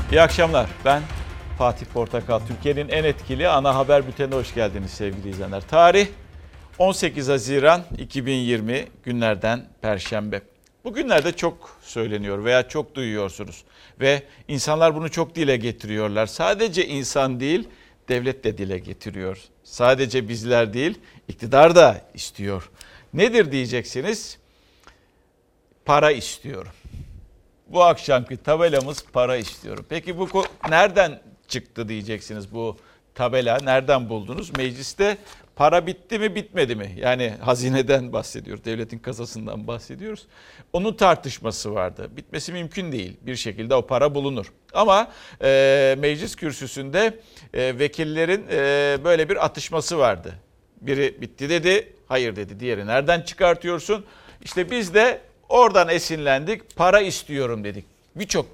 İyi akşamlar. Ben Fatih Portakal. Türkiye'nin en etkili ana haber bültenine hoş geldiniz sevgili izleyenler. Tarih 18 Haziran 2020 günlerden Perşembe. Bugünlerde çok söyleniyor veya çok duyuyorsunuz ve insanlar bunu çok dile getiriyorlar. Sadece insan değil, devlet de dile getiriyor. Sadece bizler değil, iktidar da istiyor. Nedir diyeceksiniz? Para istiyorum. Bu akşamki tabelamız para istiyorum. Peki bu nereden çıktı diyeceksiniz bu tabela? Nereden buldunuz? Mecliste para bitti mi bitmedi mi? Yani hazineden bahsediyoruz, devletin kasasından bahsediyoruz. Onun tartışması vardı. Bitmesi mümkün değil. Bir şekilde o para bulunur. Ama meclis kürsüsünde vekillerin böyle bir atışması vardı. Biri bitti dedi, hayır dedi. Diğeri nereden çıkartıyorsun? İşte biz de oradan esinlendik, para istiyorum dedik. Birçok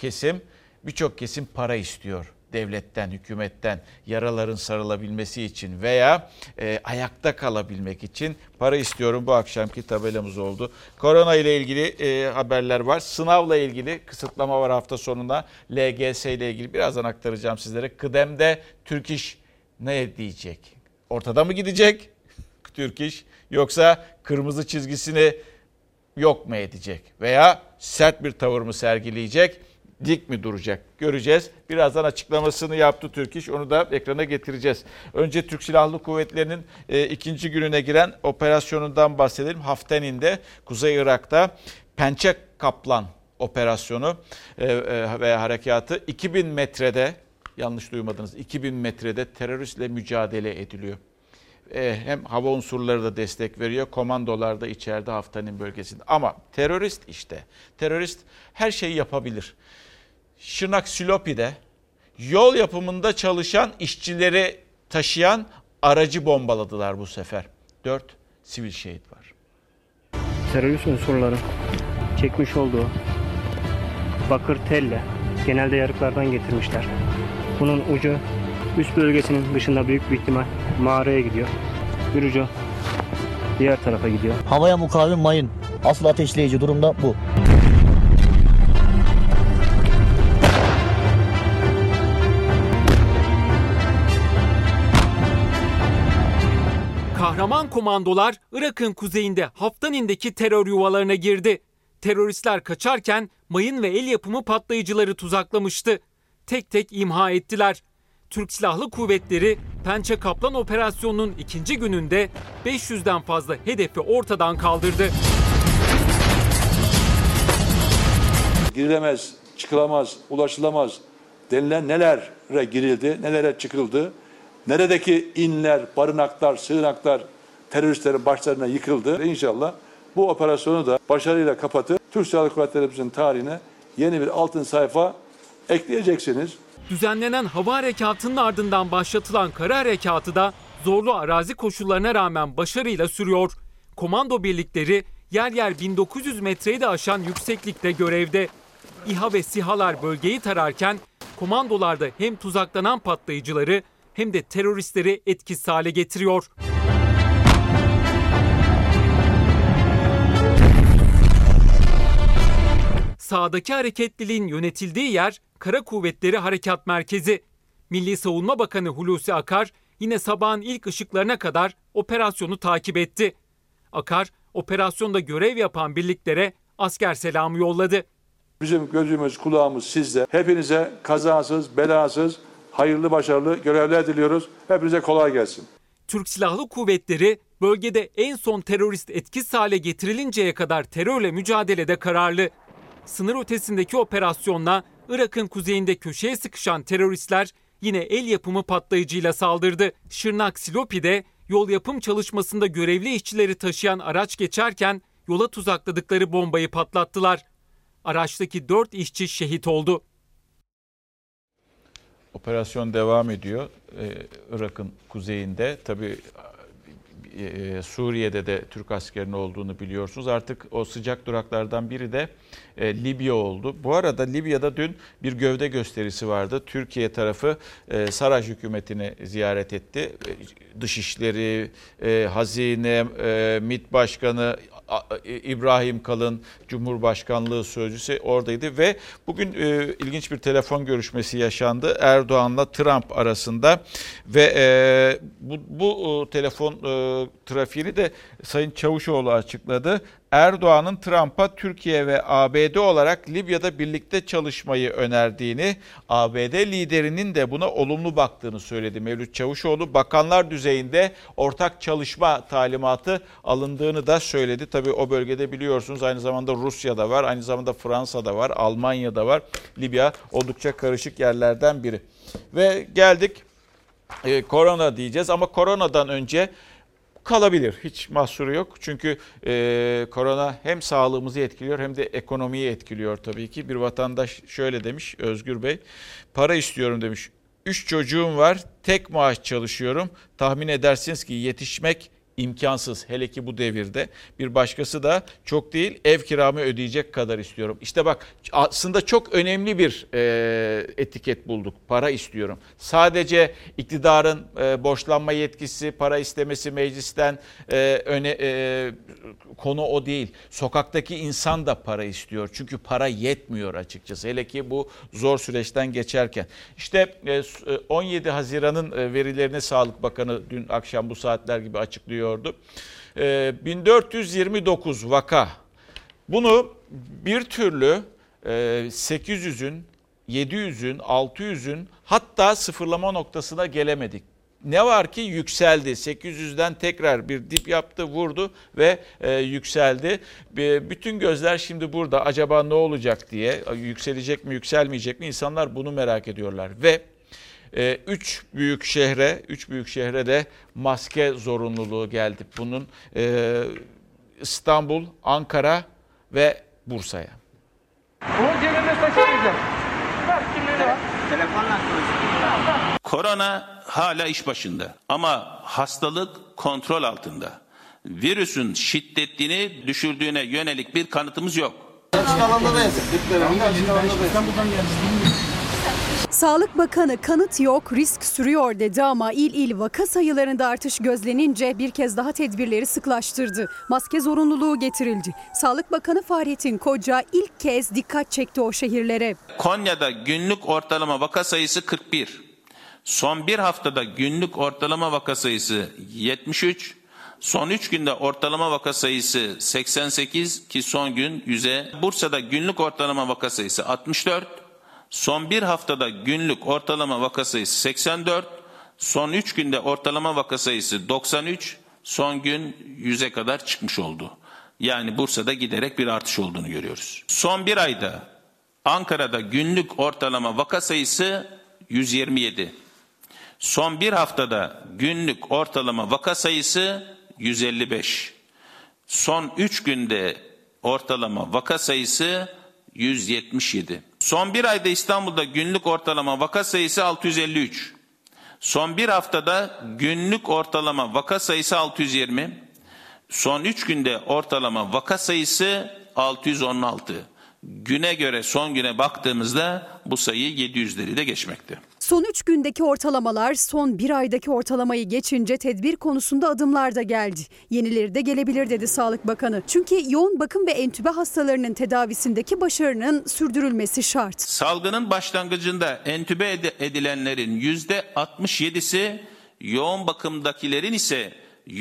kesim para istiyor. Devletten, hükümetten yaraların sarılabilmesi için veya ayakta kalabilmek için para istiyorum. Bu akşamki tabelamız oldu. Korona ile ilgili haberler var. Sınavla ilgili kısıtlama var hafta sonunda. LGS ile ilgili birazdan aktaracağım sizlere. Kıdem'de Türk İş ne diyecek? Ortada mı gidecek Türk İş, yoksa kırmızı çizgisini yok mu edecek veya sert bir tavır mı sergileyecek, dik mi duracak göreceğiz. Birazdan açıklamasını yaptı Türk İş, onu da ekrana getireceğiz. Önce Türk Silahlı Kuvvetleri'nin ikinci gününe giren operasyonundan bahsedelim. Haftenin'de Kuzey Irak'ta Pençe Kaplan operasyonu ve harekatı 2000 metrede, yanlış duymadınız, 2000 metrede teröristle mücadele ediliyor. Hem hava unsurları da destek veriyor. Komandolar da içeride Haftenin bölgesinde. Ama terörist her şeyi yapabilir. Şırnak Silopi'de yol yapımında çalışan işçileri taşıyan aracı bombaladılar bu sefer. 4 sivil şehit var. Terörist unsurların çekmiş olduğu bakır telle genelde yarıklardan getirmişler. Bunun ucu üst bölgesinin dışında büyük bir ihtimal mağaraya gidiyor. Bir ucu diğer tarafa gidiyor. Havaya mukavim mayın. Asıl ateşleyici durumda bu. Kahraman komandolar Irak'ın kuzeyinde Haftenin'deki terör yuvalarına girdi. Teröristler kaçarken mayın ve el yapımı patlayıcıları tuzaklamıştı. Tek tek imha ettiler. Türk Silahlı Kuvvetleri Pençe Kaplan operasyonunun ikinci gününde 500'den fazla hedefi ortadan kaldırdı. Girilemez, çıkılamaz, ulaşılamaz denilen nelere girildi, nelere çıkıldı. Neredeki inler, barınaklar, sığınaklar teröristlerin başlarına yıkıldı. İnşallah bu operasyonu da başarıyla kapatıp Türk Silahlı Kuvvetlerimizin tarihine yeni bir altın sayfa ekleyeceksiniz. Düzenlenen hava harekatının ardından başlatılan kara harekatı da zorlu arazi koşullarına rağmen başarıyla sürüyor. Komando birlikleri yer yer 1900 metreyi de aşan yükseklikte görevde. İHA ve SİHA'lar bölgeyi tararken komandolar da hem tuzaklanan patlayıcıları hem de teröristleri etkisiz hale getiriyor. Sağdaki hareketliliğin yönetildiği yer Kara Kuvvetleri Harekat Merkezi. Milli Savunma Bakanı Hulusi Akar yine sabahın ilk ışıklarına kadar operasyonu takip etti. Akar, operasyonda görev yapan birliklere asker selamı yolladı. Bizim gözümüz, kulağımız sizde. Hepinize kazasız, belasız, hayırlı, başarılı görevler diliyoruz. Hepinize kolay gelsin. Türk Silahlı Kuvvetleri bölgede en son terörist etkisiz hale getirilinceye kadar terörle mücadelede kararlı. Sınır ötesindeki operasyonla Irak'ın kuzeyinde köşeye sıkışan teröristler yine el yapımı patlayıcıyla saldırdı. Şırnak Silopi'de yol yapım çalışmasında görevli işçileri taşıyan araç geçerken yola tuzakladıkları bombayı patlattılar. Araçtaki 4 işçi şehit oldu. Operasyon devam ediyor Irak'ın kuzeyinde. Tabii Suriye'de de Türk askerinin olduğunu biliyorsunuz. Artık o sıcak duraklardan biri de Libya oldu. Bu arada Libya'da dün bir gövde gösterisi vardı. Türkiye tarafı Sarraj hükümetini ziyaret etti. Dışişleri, Hazine, MİT Başkanı, İbrahim Kalın, Cumhurbaşkanlığı Sözcüsü oradaydı ve bugün ilginç bir telefon görüşmesi yaşandı Erdoğan'la Trump arasında ve bu telefon trafiğini de Sayın Çavuşoğlu açıkladı. Erdoğan'ın Trump'a Türkiye ve ABD olarak Libya'da birlikte çalışmayı önerdiğini, ABD liderinin de buna olumlu baktığını söyledi Mevlüt Çavuşoğlu. Bakanlar düzeyinde ortak çalışma talimatı alındığını da söyledi. Tabii o bölgede biliyorsunuz aynı zamanda Rusya'da var, aynı zamanda Fransa'da var, Almanya'da var. Libya oldukça karışık yerlerden biri. Ve geldik korona diyeceğiz ama koronadan önce kalabilir. Hiç mahsuru yok. Çünkü korona hem sağlığımızı etkiliyor hem de ekonomiyi etkiliyor tabii ki. Bir vatandaş şöyle demiş Özgür Bey. Para istiyorum demiş. 3 çocuğum var. Tek maaş çalışıyorum. Tahmin edersiniz ki yetişmek imkansız. Hele ki bu devirde. Bir başkası da çok değil ev kiramı ödeyecek kadar istiyorum. İşte bak aslında çok önemli bir etiket bulduk. Para istiyorum. Sadece iktidarın borçlanma yetkisi, para istemesi meclisten konu o değil. Sokaktaki insan da para istiyor. Çünkü para yetmiyor açıkçası. Hele ki bu zor süreçten geçerken. İşte 17 Haziran'ın verilerini Sağlık Bakanı dün akşam bu saatler gibi açıklıyor. 1429 vaka. Bunu bir türlü 800'ün, 700'ün, 600'ün hatta sıfırlama noktasına gelemedik. Ne var ki yükseldi. 800'den tekrar bir dip yaptı, vurdu ve yükseldi. Bütün gözler şimdi burada. Acaba ne olacak diye. Yükselecek mi, yükselmeyecek mi? İnsanlar bunu merak ediyorlar ve 3 büyük şehre de maske zorunluluğu geldi. Bunun İstanbul, Ankara ve Bursa'ya. Korona hala iş başında ama hastalık kontrol altında. Virüsün şiddetini düşürdüğüne yönelik bir kanıtımız yok. Sağlık Bakanı kanıt yok, risk sürüyor dedi ama il il vaka sayılarında artış gözlenince bir kez daha tedbirleri sıklaştırdı. Maske zorunluluğu getirildi. Sağlık Bakanı Fahrettin Koca ilk kez dikkat çekti o şehirlere. Konya'da günlük ortalama vaka sayısı 41. Son bir haftada günlük ortalama vaka sayısı 73. Son 3 günde ortalama vaka sayısı 88 ki son gün 100'e. Bursa'da günlük ortalama vaka sayısı 64. Son bir haftada günlük ortalama vaka sayısı 84, son 3 günde ortalama vaka sayısı 93, son gün 100'e kadar çıkmış oldu. Yani Bursa'da giderek bir artış olduğunu görüyoruz. Son bir ayda Ankara'da günlük ortalama vaka sayısı 127. Son bir haftada günlük ortalama vaka sayısı 155. Son 3 günde ortalama vaka sayısı 177. Son bir ayda İstanbul'da günlük ortalama vaka sayısı 653. Son bir haftada günlük ortalama vaka sayısı 620. Son 3 günde ortalama vaka sayısı 616. Güne göre son güne baktığımızda bu sayı 700'leri de geçmekte. Son 3 gündeki ortalamalar son bir aydaki ortalamayı geçince tedbir konusunda adımlar da geldi. Yenileri de gelebilir dedi Sağlık Bakanı. Çünkü yoğun bakım ve entübe hastalarının tedavisindeki başarının sürdürülmesi şart. Salgının başlangıcında entübe edilenlerin %67'si, yoğun bakımdakilerin ise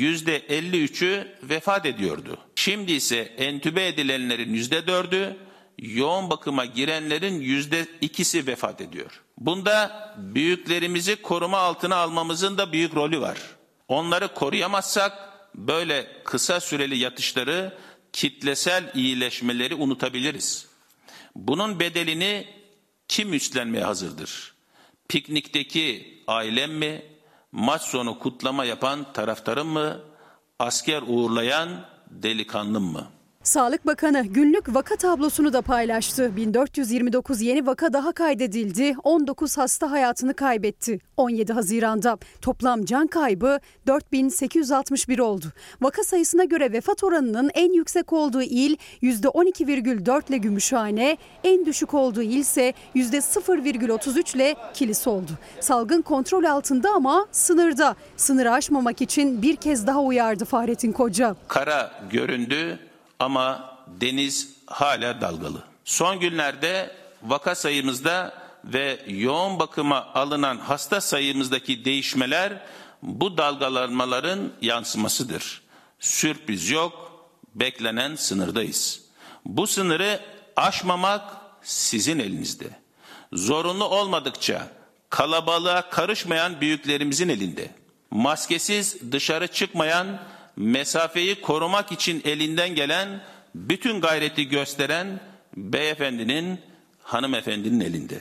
%53'ü vefat ediyordu. Şimdi ise entübe edilenlerin %4'ü, yoğun bakıma girenlerin %2'si vefat ediyor. Bunda büyüklerimizi koruma altına almamızın da büyük rolü var. Onları koruyamazsak böyle kısa süreli yatışları, kitlesel iyileşmeleri unutabiliriz. Bunun bedelini kim üstlenmeye hazırdır? Piknikteki ailem mi? Maç sonu kutlama yapan taraftarım mı? Asker uğurlayan delikanlım mı? Sağlık Bakanı günlük vaka tablosunu da paylaştı. 1429 yeni vaka daha kaydedildi. 19 hasta hayatını kaybetti. 17 Haziran'da toplam can kaybı 4861 oldu. Vaka sayısına göre vefat oranının en yüksek olduğu il %12,4 ile Gümüşhane, en düşük olduğu il ise %0,33 ile Kilis oldu. Salgın kontrol altında ama sınırda. Sınırı aşmamak için bir kez daha uyardı Fahrettin Koca. Kara göründü ama deniz hala dalgalı. Son günlerde vaka sayımızda ve yoğun bakıma alınan hasta sayımızdaki değişmeler bu dalgalanmaların yansımasıdır. Sürpriz yok, beklenen sınırdayız. Bu sınırı aşmamak sizin elinizde. Zorunlu olmadıkça kalabalığa karışmayan büyüklerimizin elinde. Maskesiz dışarı çıkmayan, mesafeyi korumak için elinden gelen bütün gayreti gösteren beyefendinin, hanımefendinin elinde.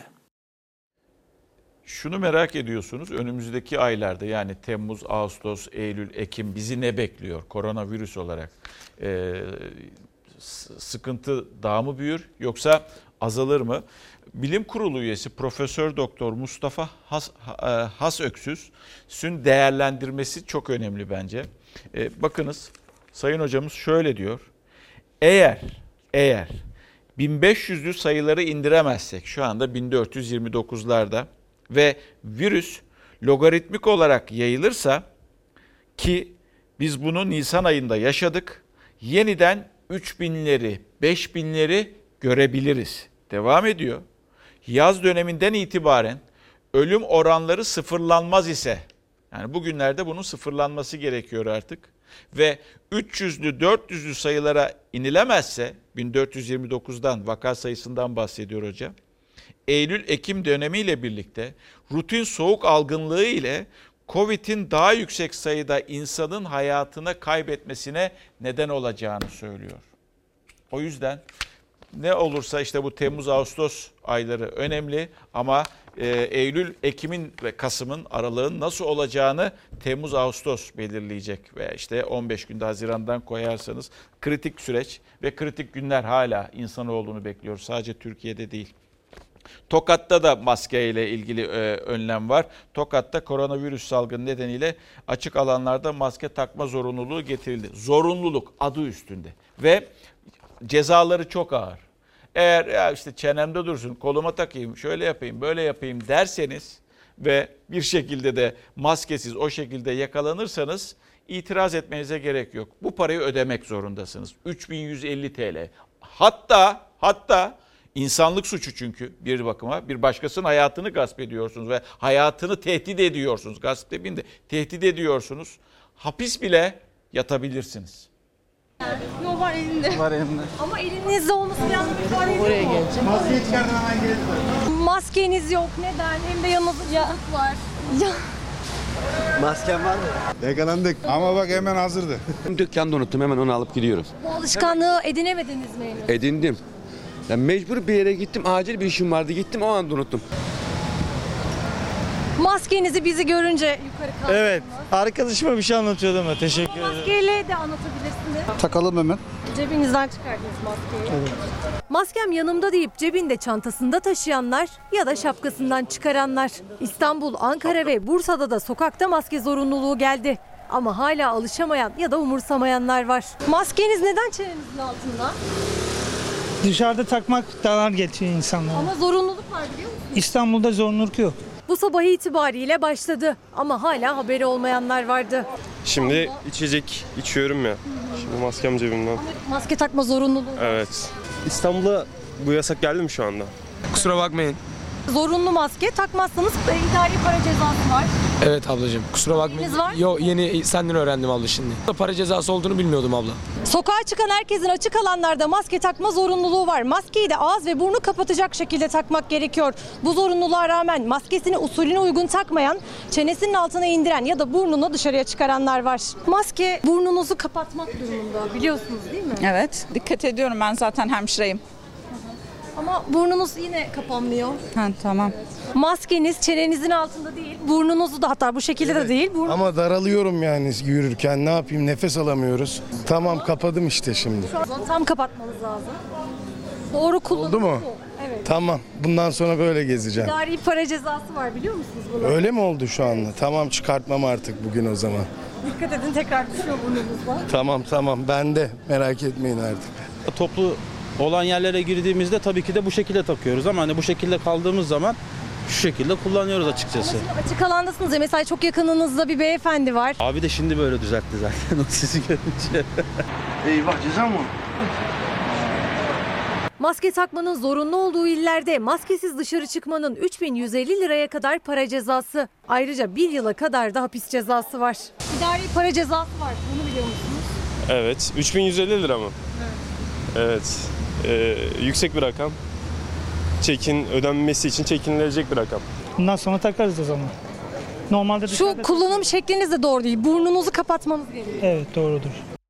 Şunu merak ediyorsunuz, önümüzdeki aylarda yani Temmuz, Ağustos, Eylül, Ekim bizi ne bekliyor koronavirüs olarak? Sıkıntı daha mı büyür yoksa azalır mı? Bilim Kurulu üyesi Profesör Doktor Mustafa Hasöksüz'ün değerlendirmesi çok önemli bence. Bakınız Sayın Hocamız şöyle diyor. Eğer 1500'lü sayıları indiremezsek şu anda 1429'larda ve virüs logaritmik olarak yayılırsa ki biz bunu Nisan ayında yaşadık, yeniden 3000'leri 5000'leri görebiliriz. Devam ediyor. Yaz döneminden itibaren ölüm oranları sıfırlanmaz ise, yani bugünlerde bunun sıfırlanması gerekiyor artık ve 300'lü 400'lü sayılara inilemezse 1429'dan vaka sayısından bahsediyor hocam. Eylül-Ekim dönemiyle birlikte rutin soğuk algınlığı ile Covid'in daha yüksek sayıda insanın hayatını kaybetmesine neden olacağını söylüyor. O yüzden ne olursa işte bu Temmuz-Ağustos ayları önemli ama Eylül, Ekim'in ve Kasım'ın aralığın nasıl olacağını Temmuz-Ağustos belirleyecek ve işte 15 günde Haziran'dan koyarsanız kritik süreç ve kritik günler hala insanoğlunu bekliyor. Sadece Türkiye'de değil. Tokat'ta da maske ile ilgili önlem var. Tokat'ta koronavirüs salgını nedeniyle açık alanlarda maske takma zorunluluğu getirildi. Zorunluluk adı üstünde ve cezaları çok ağır. Eğer ya işte çenemde dursun, koluma takayım, şöyle yapayım, böyle yapayım derseniz ve bir şekilde de maskesiz o şekilde yakalanırsanız itiraz etmenize gerek yok. Bu parayı ödemek zorundasınız. 3150 TL. Hatta insanlık suçu çünkü bir bakıma bir başkasının hayatını gasp ediyorsunuz ve hayatını tehdit ediyorsunuz. Gasp demeyeyim de tehdit ediyorsunuz. Hapis bile yatabilirsiniz. Yok var elinde. Var elimde. Ama elinizde olması bir anlamı ifade ediyor Oraya mu? geleceğim. Maskeyi çıkardan hemen gelin. Maskeniz yok. Neden? Hem de yanınızda çocuk var. Ya. Masken var mı? Yakalandık. Ama bak hemen hazırdı. Dükkanda unuttum, hemen onu alıp gidiyoruz. Bu alışkanlığı edinemediniz mi? Edindim. Ya mecbur bir yere gittim, acil bir işim vardı, gittim o anda unuttum. Maskenizi bizi görünce yukarı kaldırdınız. Evet. Arkadaşıma bir şey anlatıyordum da teşekkür ederim. Maskeyle de anlatabilirsiniz. Takalım hemen. Cebinizden çıkardınız maskeyi. Evet. Maskem yanımda deyip cebinde çantasında taşıyanlar ya da şapkasından çıkaranlar. İstanbul, Ankara ve Bursa'da da sokakta maske zorunluluğu geldi. Ama hala alışamayan ya da umursamayanlar var. Maskeniz neden çenenizin altında? Dışarıda takmak dar geçiyor insanlara. Ama zorunluluk var biliyor musunuz? İstanbul'da zorunluluk yok. Bu sabah itibariyle başladı ama hala haberi olmayanlar vardı. Şimdi içecek içiyorum ya. Şimdi maskem cebimden. Maske takma zorunluluğu. Evet. İstanbul'a bu yasak geldi mi şu anda? Kusura bakmayın. Zorunlu maske takmazsanız idari para cezası var. Evet ablacığım, kusura bakmayın. Var? Yo, yeni senden öğrendim abla şimdi. Para cezası olduğunu bilmiyordum abla. Sokağa çıkan herkesin açık alanlarda maske takma zorunluluğu var. Maskeyi de ağız ve burnu kapatacak şekilde takmak gerekiyor. Bu zorunluluğa rağmen maskesini usulüne uygun takmayan, çenesinin altına indiren ya da burnunu dışarıya çıkaranlar var. Maske burnunuzu kapatmak durumunda biliyorsunuz değil mi? Evet, dikkat ediyorum, ben zaten hemşireyim. Ama burnunuz yine kapanmıyor. Ha, tamam. Maskeniz çenenizin altında değil. Burnunuzu da hatta bu şekilde de değil. Ama daralıyorum yani yürürken, ne yapayım, nefes alamıyoruz. Tamam, kapadım işte şimdi. Tam kapatmanız lazım. Doğru kullanın. Oldu mu? Evet. Tamam, bundan sonra böyle gezeceğim. İdari para cezası var, biliyor musunuz bunu? Öyle mi oldu şu anda? Tamam, çıkartmam artık bugün o zaman. Dikkat edin, tekrar düşüyor burnunuzda. Tamam, ben de merak etmeyin artık. Toplu olan yerlere girdiğimizde tabii ki de bu şekilde takıyoruz ama hani bu şekilde kaldığımız zaman şu şekilde kullanıyoruz açıkçası. Ama şimdi açık alandasınız ya, mesela çok yakınınızda bir beyefendi var. Abi de şimdi böyle düzeltti zaten o sizi görünce. Eyvah, ceza mı? Maske takmanın zorunlu olduğu illerde maskesiz dışarı çıkmanın 3.150 liraya kadar para cezası. Ayrıca 1 yıla kadar da hapis cezası var. İdari para cezası var. Bunu biliyor musunuz? Evet. 3150 lira mı? Evet. Yüksek bir rakam. Ödenmesi için çekinilecek bir rakam. Bundan sonra takarız o zaman. Normalde Şu kullanım şekliniz de doğru değil. Burnunuzu kapatmanız gerekiyor. Evet, doğrudur.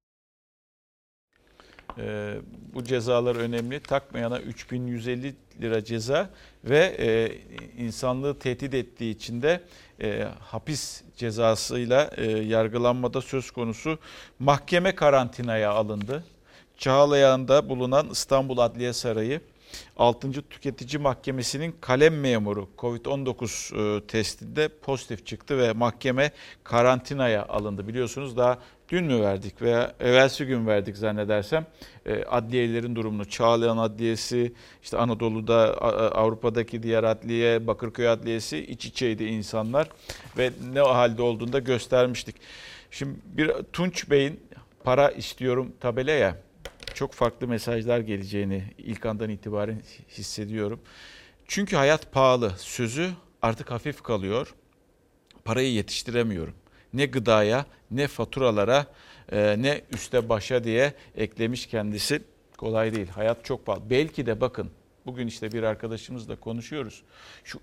Bu cezalar önemli. Takmayana 3150 lira ceza ve insanlığı tehdit ettiği için de hapis cezasıyla yargılanmada söz konusu. Mahkeme karantinaya alındı. Çağlayan'da bulunan İstanbul Adliye Sarayı 6. Tüketici Mahkemesi'nin kalem memuru Covid-19 testinde pozitif çıktı ve mahkeme karantinaya alındı. Biliyorsunuz daha dün mü verdik veya evvelsi gün verdik zannedersem adliyelerin durumunu. Çağlayan Adliyesi, işte Anadolu'da Avrupa'daki diğer adliye, Bakırköy Adliyesi iç içeydi insanlar ve ne halde olduğunu da göstermiştik. Şimdi Tunç Bey'in para istiyorum tabelaya çok farklı mesajlar geleceğini ilk andan itibaren hissediyorum. Çünkü hayat pahalı sözü artık hafif kalıyor. Parayı yetiştiremiyorum. Ne gıdaya, ne faturalara, ne üste başa diye eklemiş kendisi. Kolay değil. Hayat çok pahalı. Belki de bakın bugün işte bir arkadaşımızla konuşuyoruz. Şu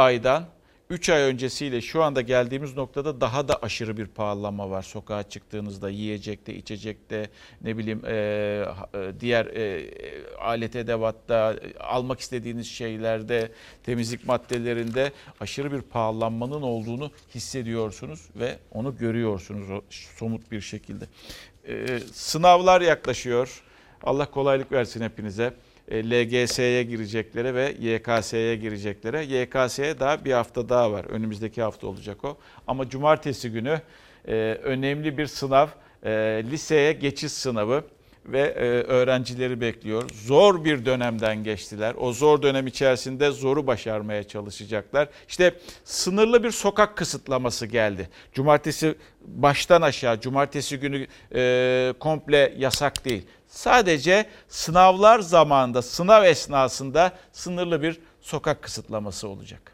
3 ay öncesiyle şu anda geldiğimiz noktada daha da aşırı bir pahalanma var. Sokağa çıktığınızda yiyecekte, içecekte, ne bileyim diğer alet edevatta, almak istediğiniz şeylerde, temizlik maddelerinde aşırı bir pahalanmanın olduğunu hissediyorsunuz ve onu görüyorsunuz somut bir şekilde. Sınavlar yaklaşıyor. Allah kolaylık versin hepinize. LGS'ye gireceklere ve YKS'ye gireceklere. YKS'ye daha bir hafta daha var. Önümüzdeki hafta olacak o. Ama cumartesi günü önemli bir sınav, liseye geçiş sınavı ve öğrencileri bekliyor. Zor bir dönemden geçtiler. O zor dönem içerisinde zoru başarmaya çalışacaklar. İşte sınırlı bir sokak kısıtlaması geldi. Cumartesi baştan aşağı, cumartesi günü komple yasak değil. Sadece sınavlar zamanında, sınav esnasında sınırlı bir sokak kısıtlaması olacak.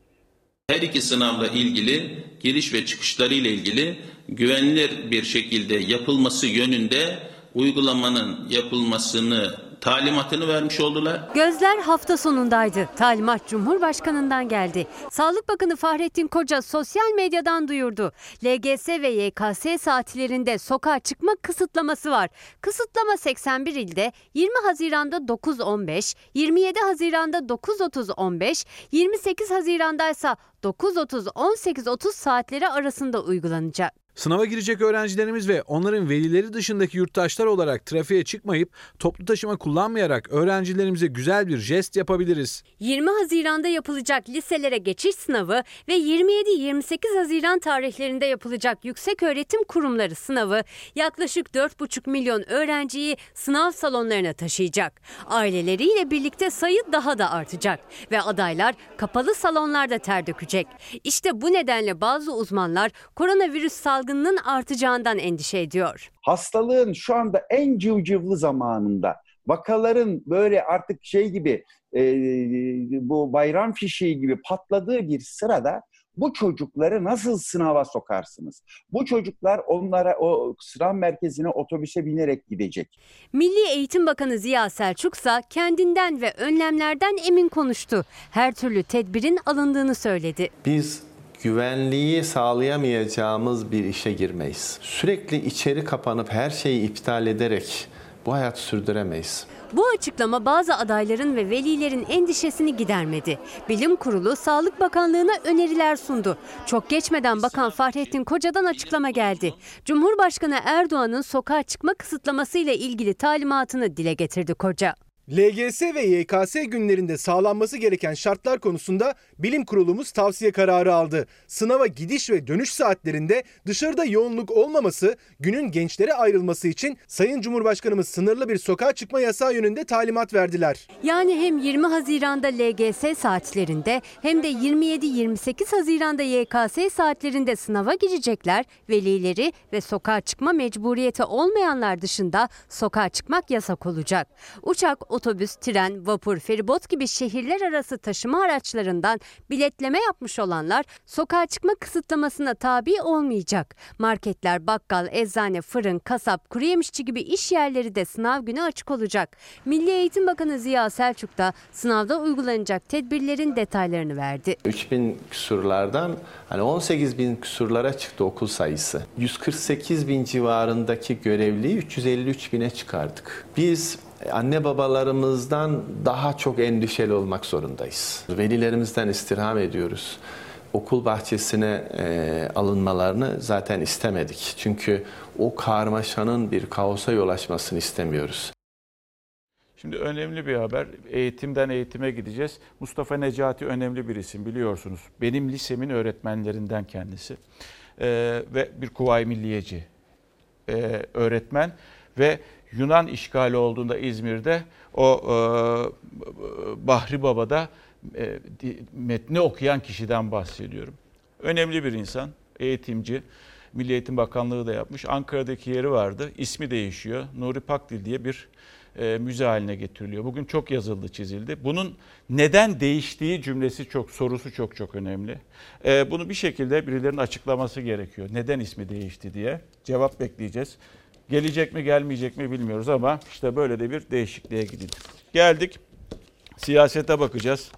Her iki sınavla ilgili, giriş ve çıkışları ile ilgili güvenilir bir şekilde yapılması yönünde uygulamanın yapılmasını talimatını vermiş oldular. Gözler hafta sonundaydı. Talimat Cumhurbaşkanı'ndan geldi. Sağlık Bakanı Fahrettin Koca sosyal medyadan duyurdu. LGS ve YKS saatlerinde sokağa çıkma kısıtlaması var. Kısıtlama 81 ilde 20 Haziran'da 9-15, 27 Haziran'da 9-30-15, 28 Haziran'da ise 9-30-18-30 saatleri arasında uygulanacak. Sınava girecek öğrencilerimiz ve onların velileri dışındaki yurttaşlar olarak trafiğe çıkmayıp toplu taşıma kullanmayarak öğrencilerimize güzel bir jest yapabiliriz. 20 Haziran'da yapılacak liselere geçiş sınavı ve 27-28 Haziran tarihlerinde yapılacak yükseköğretim kurumları sınavı yaklaşık 4,5 milyon öğrenciyi sınav salonlarına taşıyacak. Aileleriyle birlikte sayı daha da artacak ve adaylar kapalı salonlarda ter dökecek. İşte bu nedenle bazı uzmanlar koronavirüs salgınının artacağından endişe ediyor. Hastalığın şu anda en cıvcıvlı zamanında, vakaların böyle artık gibi bu bayram fişeği gibi patladığı bir sırada bu çocukları nasıl sınava sokarsınız? Bu çocuklar onlara o sınav merkezine otobüse binerek gidecek. Milli Eğitim Bakanı Ziya Selçuk ise kendinden ve önlemlerden emin konuştu. Her türlü tedbirin alındığını söyledi. Biz güvenliği sağlayamayacağımız bir işe girmeyiz. Sürekli içeri kapanıp her şeyi iptal ederek bu hayatı sürdüremeyiz. Bu açıklama bazı adayların ve velilerin endişesini gidermedi. Bilim Kurulu Sağlık Bakanlığı'na öneriler sundu. Çok geçmeden Bakan Fahrettin Koca'dan açıklama geldi. Cumhurbaşkanı Erdoğan'ın sokağa çıkma kısıtlamasıyla ilgili talimatını dile getirdi Koca. LGS ve YKS günlerinde sağlanması gereken şartlar konusunda Bilim Kurulumuz tavsiye kararı aldı. Sınava gidiş ve dönüş saatlerinde dışarıda yoğunluk olmaması, günün gençlere ayrılması için Sayın Cumhurbaşkanımız sınırlı bir sokağa çıkma yasağı yönünde talimat verdiler. Yani hem 20 Haziran'da LGS saatlerinde hem de 27-28 Haziran'da YKS saatlerinde sınava girecekler, velileri ve sokağa çıkma mecburiyeti olmayanlar dışında sokağa çıkmak yasak olacak. Uçak, otobüs, tren, vapur, feribot gibi şehirler arası taşıma araçlarından biletleme yapmış olanlar sokağa çıkma kısıtlamasına tabi olmayacak. Marketler, bakkal, eczane, fırın, kasap, kuru yemişçi gibi iş yerleri de sınav günü açık olacak. Milli Eğitim Bakanı Ziya Selçuk da sınavda uygulanacak tedbirlerin detaylarını verdi. 3000 küsurlardan 18.000 küsurlara çıktı okul sayısı. 148.000 civarındaki görevliyi 353.000'e çıkardık. Biz anne babalarımızdan daha çok endişeli olmak zorundayız. Velilerimizden istirham ediyoruz. Okul bahçesine alınmalarını zaten istemedik. Çünkü o karmaşanın bir kaosa yol açmasını istemiyoruz. Şimdi önemli bir haber. Eğitimden eğitime gideceğiz. Mustafa Necati önemli bir isim biliyorsunuz. Benim lisemin öğretmenlerinden kendisi. Ve bir Kuvayi Milliyeci öğretmen ve Yunan işgali olduğunda İzmir'de o Bahri Baba'da metni okuyan kişiden bahsediyorum. Önemli bir insan, eğitimci. Milli Eğitim Bakanlığı da yapmış. Ankara'daki yeri vardı. İsmi değişiyor. Nuri Pakdil diye bir müze haline getiriliyor. Bugün çok yazıldı, çizildi. Bunun neden değiştiği cümlesi sorusu çok önemli. Bunu bir şekilde birilerinin açıklaması gerekiyor. Neden ismi değişti diye. Cevap bekleyeceğiz. Gelecek mi gelmeyecek mi bilmiyoruz ama işte böyle de bir değişikliğe gidildi. Geldik siyasete bakacağız.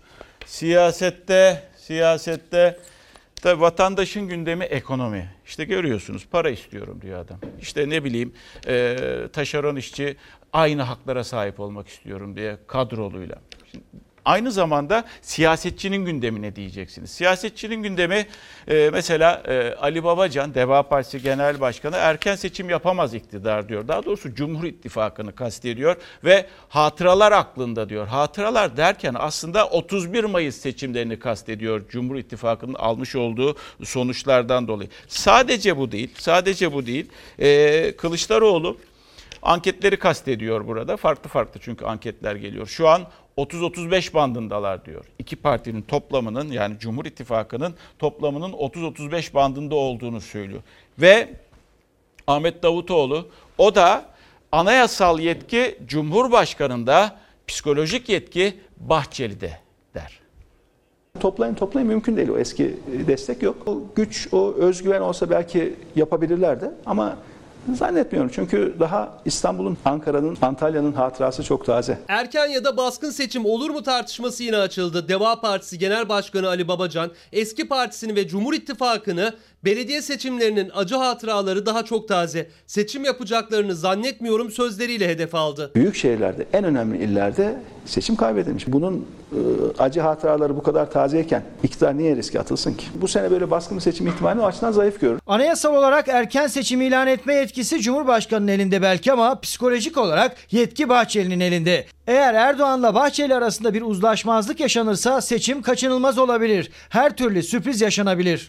Siyasette tabii vatandaşın gündemi ekonomi. İşte görüyorsunuz para istiyorum diyor adam. İşte ne bileyim taşeron işçi aynı haklara sahip olmak istiyorum diye kadroluyla. Şimdi, aynı zamanda siyasetçinin gündemi ne diyeceksiniz? Siyasetçinin gündemi mesela Ali Babacan, Deva Partisi Genel Başkanı erken seçim yapamaz iktidar diyor. Daha doğrusu Cumhur İttifakı'nı kastediyor ve hatıralar aklında diyor. Hatıralar derken aslında 31 Mayıs seçimlerini kastediyor Cumhur İttifakı'nın almış olduğu sonuçlardan dolayı. Sadece bu değil. Kılıçdaroğlu anketleri kastediyor burada. Farklı çünkü anketler geliyor. Şu an 30-35 bandındalar diyor. İki partinin toplamının yani Cumhur İttifakı'nın toplamının 30-35 bandında olduğunu söylüyor. Ve Ahmet Davutoğlu o da anayasal yetki Cumhurbaşkanı'nda, psikolojik yetki Bahçeli'de der. Toplayın mümkün değil. O eski destek yok. O güç, o özgüven olsa belki yapabilirlerdi ama zannetmiyorum. Çünkü daha İstanbul'un, Ankara'nın, Antalya'nın hatırası çok taze. Erken ya da baskın seçim olur mu tartışması yine açıldı. Deva Partisi Genel Başkanı Ali Babacan, eski partisini ve Cumhur İttifakı'nı belediye seçimlerinin acı hatıraları daha çok taze. Seçim yapacaklarını zannetmiyorum sözleriyle hedef aldı. Büyük şehirlerde, en önemli illerde seçim kaybedilmiş. Bunun acı hatıraları bu kadar tazeyken iktidar niye riske atılsın ki? Bu sene böyle baskın bir seçim ihtimalini o açıdan zayıf görür. Anayasal olarak erken seçim ilan etme yetkisi Cumhurbaşkanı'nın elinde belki ama psikolojik olarak yetki Bahçeli'nin elinde. Eğer Erdoğan'la Bahçeli arasında bir uzlaşmazlık yaşanırsa seçim kaçınılmaz olabilir. Her türlü sürpriz yaşanabilir.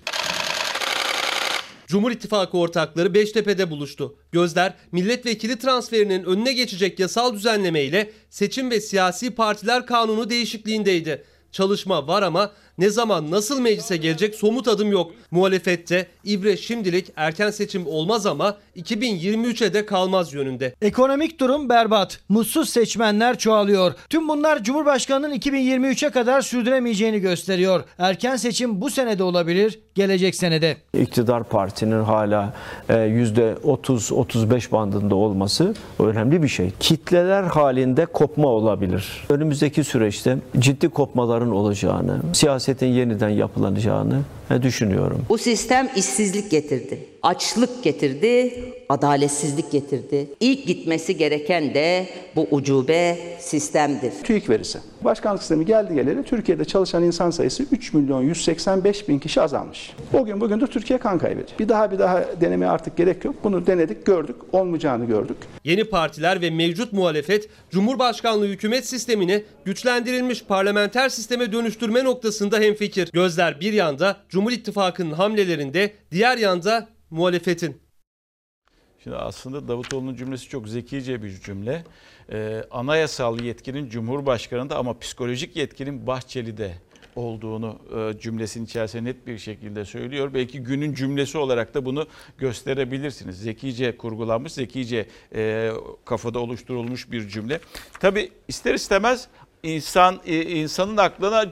Cumhur İttifakı ortakları Beştepe'de buluştu. Gözler milletvekili transferinin önüne geçecek yasal düzenlemeyle seçim ve siyasi partiler kanunu değişikliğindeydi. Çalışma var ama ne zaman nasıl meclise gelecek somut adım yok. Muhalefette ibre şimdilik erken seçim olmaz ama 2023'e de kalmaz yönünde. Ekonomik durum berbat. Mutsuz seçmenler çoğalıyor. Tüm bunlar Cumhurbaşkanı'nın 2023'e kadar sürdüremeyeceğini gösteriyor. Erken seçim bu senede olabilir, gelecek senede. İktidar partinin hala %30-35 bandında olması önemli bir şey. Kitleler halinde kopma olabilir. Önümüzdeki süreçte ciddi kopmaların olacağını, siyasetin yeniden yapılanacağını düşünüyorum. Bu sistem işsizlik getirdi, açlık getirdi, adaletsizlik getirdi. İlk gitmesi gereken de bu ucube sistemdir. TÜİK verisi. Başkanlık sistemi geldi geleli Türkiye'de çalışan insan sayısı 3.185.000 kişi azalmış. O gün bugündür Türkiye kan kaybediyor. Bir daha denemeye artık gerek yok. Bunu denedik, gördük. Olmayacağını gördük. Yeni partiler ve mevcut muhalefet Cumhurbaşkanlığı hükümet sistemini güçlendirilmiş parlamenter sisteme dönüştürme noktasında hemfikir. Gözler bir yanda Cumhur İttifakı'nın hamlelerinde, diğer yanda muhalefetin. Şimdi aslında Davutoğlu'nun cümlesi çok zekice bir cümle. Anayasal yetkinin Cumhurbaşkanı'nda ama psikolojik yetkinin Bahçeli'de olduğunu cümlesinin içerisinde net bir şekilde söylüyor. Belki günün cümlesi olarak da bunu gösterebilirsiniz. Zekice kurgulanmış, zekice kafada oluşturulmuş bir cümle. Tabii ister istemez insanın aklına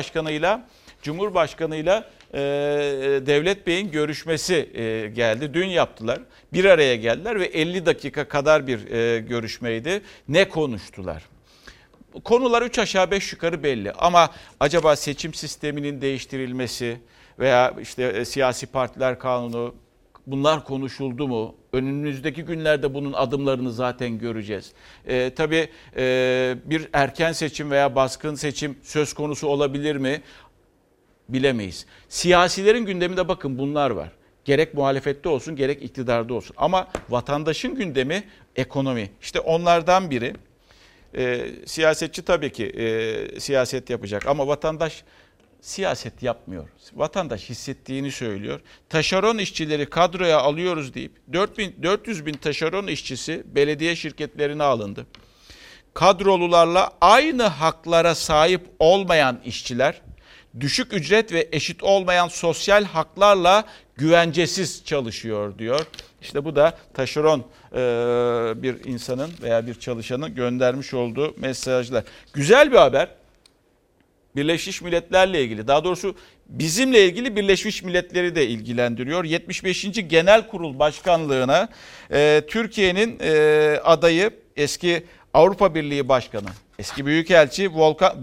Cumhurbaşkanıyla Devlet Bey'in görüşmesi geldi. Dün yaptılar. Bir araya geldiler ve 50 dakika kadar bir görüşmeydi. Ne konuştular? Konular 3 aşağı 5 yukarı belli ama acaba seçim sisteminin değiştirilmesi veya işte siyasi partiler kanunu, bunlar konuşuldu mu? Önümüzdeki günlerde bunun adımlarını zaten göreceğiz. Tabii bir erken seçim veya baskın seçim söz konusu olabilir mi? Bilemeyiz. Siyasilerin gündeminde bakın bunlar var. Gerek muhalefette olsun gerek iktidarda olsun. Ama vatandaşın gündemi ekonomi. İşte onlardan biri. Siyasetçi tabii ki siyaset yapacak ama vatandaş siyaset yapmıyor. Vatandaş hissettiğini söylüyor. Taşeron işçileri kadroya alıyoruz deyip 400 bin taşeron işçisi belediye şirketlerine alındı. Kadrolularla aynı haklara sahip olmayan işçiler, düşük ücret ve eşit olmayan sosyal haklarla güvencesiz çalışıyor diyor. İşte bu da taşeron bir insanın veya bir çalışanın göndermiş olduğu mesajlar. Güzel bir haber. Birleşmiş Milletler'le ilgili, daha doğrusu bizimle ilgili Birleşmiş Milletler'i de ilgilendiriyor. 75. Genel Kurul Başkanlığı'na Türkiye'nin adayı eski Avrupa Birliği Başkanı, eski Büyükelçi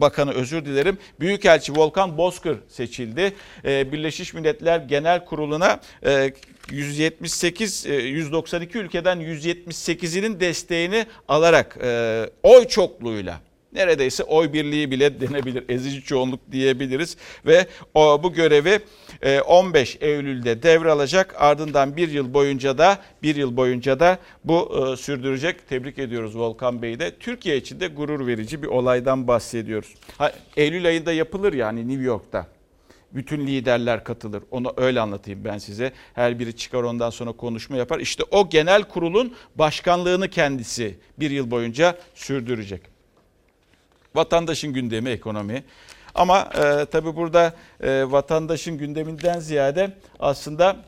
Büyükelçi Volkan Bozkır seçildi. Birleşmiş Milletler Genel Kurulu'na 192 ülkeden 178'inin desteğini alarak oy çokluğuyla, neredeyse oy birliği bile denebilir, ezici çoğunluk diyebiliriz ve bu görevi 15 Eylül'de devralacak. Ardından bir yıl boyunca da bu sürdürecek. Tebrik ediyoruz Volkan Bey'i de. Türkiye için de gurur verici bir olaydan bahsediyoruz. Eylül ayında yapılır yani New York'ta. Bütün liderler katılır. Onu öyle anlatayım ben size. Her biri çıkar ondan sonra konuşma yapar. İşte o genel kurulun başkanlığını kendisi bir yıl boyunca sürdürecek. Vatandaşın gündemi ekonomi. Ama tabii burada vatandaşın gündeminden ziyade aslında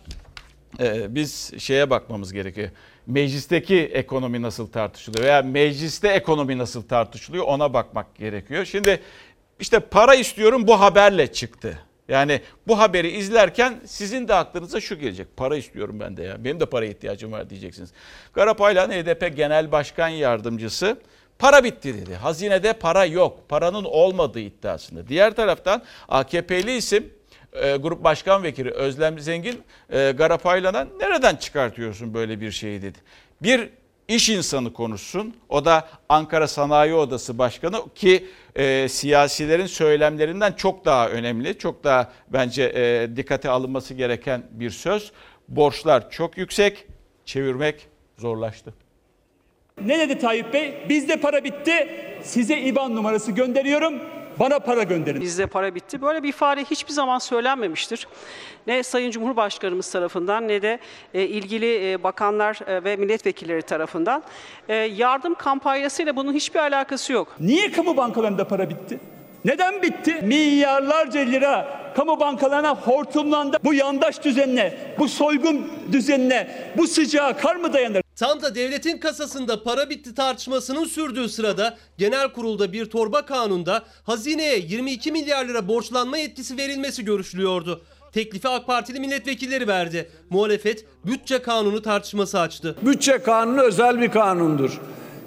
biz şeye bakmamız gerekiyor. Meclisteki ekonomi nasıl tartışılıyor veya mecliste ekonomi nasıl tartışılıyor ona bakmak gerekiyor. Şimdi işte para istiyorum bu haberle çıktı. Yani bu haberi izlerken sizin de aklınıza şu gelecek. Para istiyorum ben de ya. Benim de paraya ihtiyacım var diyeceksiniz. Garapaylan HDP Genel Başkan Yardımcısı para bitti dedi. Hazinede para yok. Paranın olmadığı iddiasında. Diğer taraftan AKP'li isim Grup Başkan Vekili Özlem Zengin Garapaylan'a nereden çıkartıyorsun böyle bir şeyi dedi. Bir iş insanı konuşsun. O da Ankara Sanayi Odası Başkanı ki siyasilerin söylemlerinden çok daha önemli. Çok daha bence dikkate alınması gereken bir söz. Borçlar çok yüksek, çevirmek zorlaştı. Ne dedi Tayyip Bey? Bizde para bitti, size IBAN numarası gönderiyorum, bana para gönderin. Bizde para bitti. Böyle bir ifade hiçbir zaman söylenmemiştir. Ne Sayın Cumhurbaşkanımız tarafından ne de ilgili bakanlar ve milletvekilleri tarafından. Yardım kampanyasıyla bunun hiçbir alakası yok. Niye kamu bankalarında para bitti? Neden bitti? Milyarlarca lira kamu bankalarına hortumlandı. Bu yandaş düzenine, bu soygun düzenine, bu sıcağa kar mı dayanır? Tam da devletin kasasında para bitti tartışmasının sürdüğü sırada genel kurulda bir torba kanunda hazineye 22 milyar lira borçlanma yetkisi verilmesi görüşülüyordu. Teklifi AK Partili milletvekilleri verdi. Muhalefet bütçe kanunu tartışması açtı. Bütçe kanunu özel bir kanundur.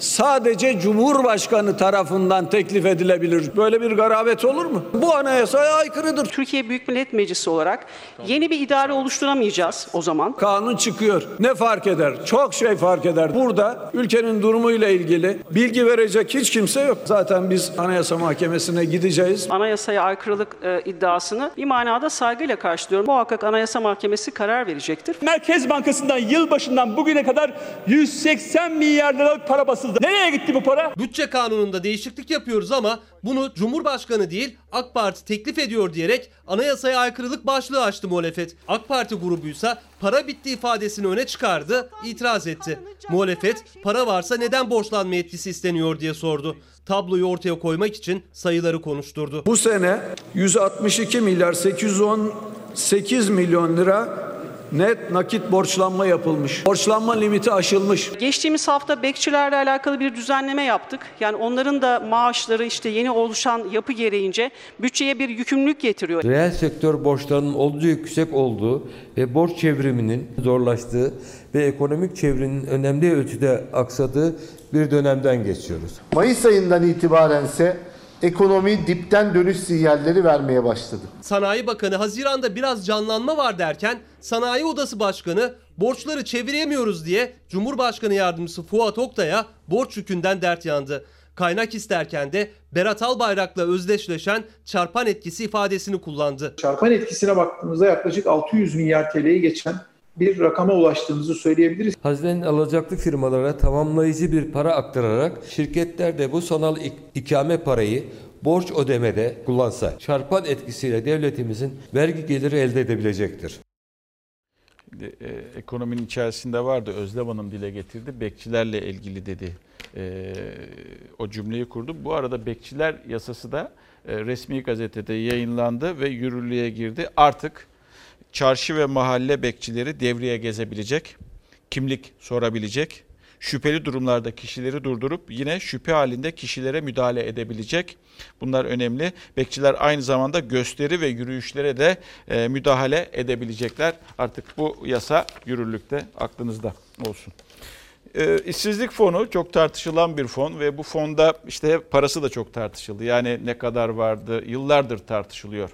sadece Cumhurbaşkanı tarafından teklif edilebilir. Böyle bir garabet olur mu? Bu anayasaya aykırıdır. Türkiye Büyük Millet Meclisi olarak yeni bir idare oluşturamayacağız o zaman. Kanun çıkıyor. Ne fark eder? Çok şey fark eder. Burada ülkenin durumuyla ilgili bilgi verecek hiç kimse yok. Zaten biz Anayasa Mahkemesi'ne gideceğiz. Anayasaya aykırılık iddiasını bir manada saygıyla karşılıyorum. Muhakkak Anayasa Mahkemesi karar verecektir. Merkez Bankası'ndan yılbaşından bugüne kadar 180 milyar liralık para basıldı. Nereye gitti bu para? Bütçe kanununda değişiklik yapıyoruz ama bunu Cumhurbaşkanı değil AK Parti teklif ediyor diyerek anayasaya aykırılık başlığı açtı muhalefet. AK Parti grubuysa para bitti ifadesini öne çıkardı, itiraz etti. Muhalefet para varsa neden borçlanma yetkisi isteniyor diye sordu. Tabloyu ortaya koymak için sayıları konuşturdu. Bu sene 162 milyar 818 milyon lira net nakit borçlanma yapılmış. Borçlanma limiti aşılmış. Geçtiğimiz hafta bekçilerle alakalı bir düzenleme yaptık. Yani onların da maaşları işte yeni oluşan yapı gereğince bütçeye bir yükümlülük getiriyor. Reel sektör borçlarının oldukça yüksek olduğu ve borç çevriminin zorlaştığı ve ekonomik çevrenin önemli ölçüde aksadığı bir dönemden geçiyoruz. Mayıs ayından itibaren ise ekonomi dipten dönüş sinyalleri vermeye başladı. Sanayi Bakanı Haziran'da biraz canlanma var derken Sanayi Odası Başkanı borçları çeviremiyoruz diye Cumhurbaşkanı Yardımcısı Fuat Oktay'a borç yükünden dert yandı. Kaynak isterken de Berat Albayrak'la özdeşleşen çarpan etkisi ifadesini kullandı. Çarpan etkisine baktığımızda yaklaşık 600 milyar TL'yi geçen bir rakama ulaştığımızı söyleyebiliriz. Hazinenin alacaklı firmalara tamamlayıcı bir para aktararak şirketler de bu sanal ikame parayı borç ödemede kullansa çarpan etkisiyle devletimizin vergi geliri elde edebilecektir. Ekonominin içerisinde vardı. Özlem Hanım dile getirdi. Bekçilerle ilgili dedi. O cümleyi kurdu. Bu arada bekçiler yasası da resmi gazetede yayınlandı ve yürürlüğe girdi. Artık çarşı ve mahalle bekçileri devreye gezebilecek, kimlik sorabilecek, şüpheli durumlarda kişileri durdurup yine şüphe halinde kişilere müdahale edebilecek. Bunlar önemli. Bekçiler aynı zamanda gösteri ve yürüyüşlere de müdahale edebilecekler. Artık bu yasa yürürlükte, aklınızda olsun. İşsizlik fonu çok tartışılan bir fon ve bu fonda işte parası da çok tartışıldı. Yani ne kadar vardı, yıllardır tartışılıyor.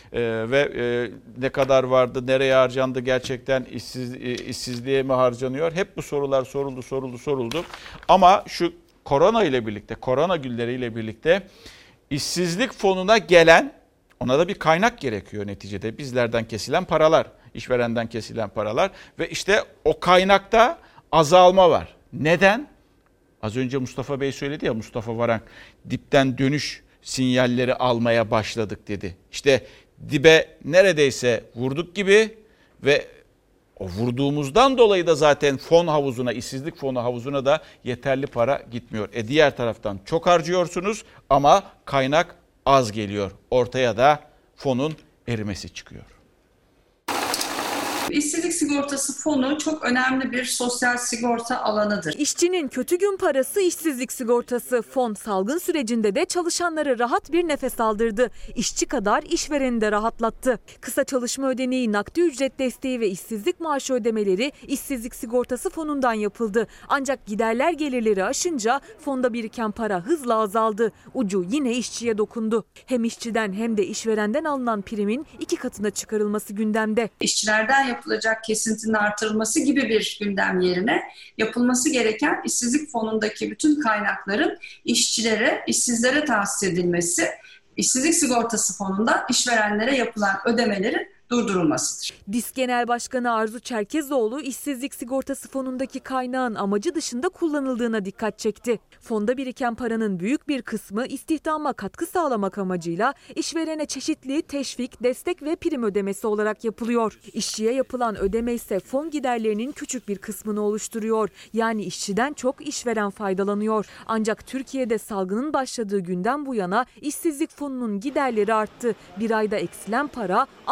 Ve ne kadar vardı, nereye harcandı, gerçekten işsizliğe mi harcanıyor? Hep bu sorular soruldu. Ama şu korona ile birlikte, korona günleriyle birlikte işsizlik fonuna gelen, ona da bir kaynak gerekiyor neticede. Bizlerden kesilen paralar, işverenden kesilen paralar ve işte o kaynakta azalma var. Neden? Az önce Mustafa Bey söyledi ya, Mustafa Varank, dipten dönüş sinyalleri almaya başladık dedi. İşte dibe neredeyse vurduk gibi ve o vurduğumuzdan dolayı da zaten fon havuzuna, işsizlik fonu havuzuna da yeterli para gitmiyor. Diğer taraftan çok harcıyorsunuz ama kaynak az geliyor. Ortaya da fonun erimesi çıkıyor. İşsizlik sigortası fonu çok önemli bir sosyal sigorta alanıdır. İşçinin kötü gün parası işsizlik sigortası. Fon salgın sürecinde de çalışanlara rahat bir nefes aldırdı. İşçi kadar işvereni de rahatlattı. Kısa çalışma ödeneği, nakdi ücret desteği ve işsizlik maaşı ödemeleri işsizlik sigortası fonundan yapıldı. Ancak giderler gelirleri aşınca fonda biriken para hızla azaldı. Ucu yine işçiye dokundu. Hem işçiden hem de işverenden alınan primin 2 katına çıkarılması gündemde. İşçilerden yapılacak kesintinin artırılması gibi bir gündem yerine yapılması gereken işsizlik fonundaki bütün kaynakların işçilere, işsizlere tahsis edilmesi, işsizlik sigortası fonundan işverenlere yapılan ödemelerin durdurulmasıdır. DİSK Genel Başkanı Arzu Çerkezoğlu işsizlik sigortası fonundaki kaynağın amacı dışında kullanıldığına dikkat çekti. Fonda biriken paranın büyük bir kısmı istihdama katkı sağlamak amacıyla işverene çeşitli teşvik, destek ve prim ödemesi olarak yapılıyor. İşçiye yapılan ödeme ise fon giderlerinin küçük bir kısmını oluşturuyor. Yani işçiden çok işveren faydalanıyor. Ancak Türkiye'de salgının başladığı günden bu yana işsizlik fonunun giderleri arttı. Bir ayda eksilen para 6 milyar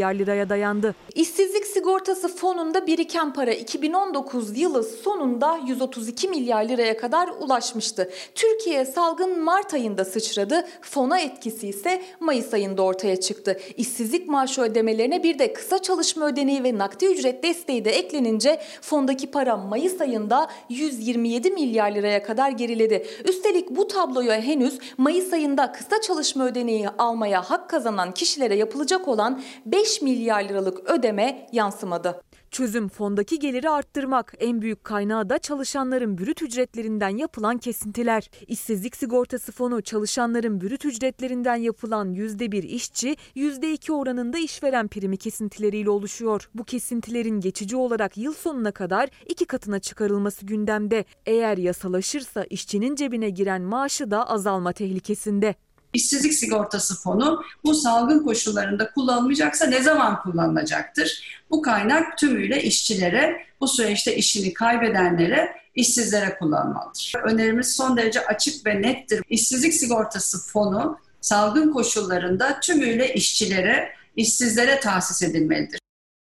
milyar liraya dayandı. İşsizlik sigortası fonunda biriken para 2019 yılı sonunda 132 milyar liraya kadar ulaşmıştı. Türkiye salgın Mart ayında sıçradı. Fona etkisi ise Mayıs ayında ortaya çıktı. İşsizlik maaşı ödemelerine bir de kısa çalışma ödeneği ve nakdi ücret desteği de eklenince fondaki para Mayıs ayında 127 milyar liraya kadar geriledi. Üstelik bu tabloya henüz Mayıs ayında kısa çalışma ödeneği almaya hak kazanan kişilere yapılacak olan 5 milyar liralık ödeme yansımadı. Çözüm fondaki geliri arttırmak, en büyük kaynağı da çalışanların brüt ücretlerinden yapılan kesintiler. İşsizlik sigortası fonu çalışanların brüt ücretlerinden yapılan %1 işçi, %2 oranında işveren primi kesintileriyle oluşuyor. Bu kesintilerin geçici olarak yıl sonuna kadar 2 katına çıkarılması gündemde. Eğer yasalaşırsa işçinin cebine giren maaşı da azalma tehlikesinde. İşsizlik sigortası fonu bu salgın koşullarında kullanılmayacaksa ne zaman kullanılacaktır? Bu kaynak tümüyle işçilere, bu süreçte işini kaybedenlere, işsizlere kullanılmalıdır. Önerimiz son derece açık ve nettir. İşsizlik sigortası fonu salgın koşullarında tümüyle işçilere, işsizlere tahsis edilmelidir.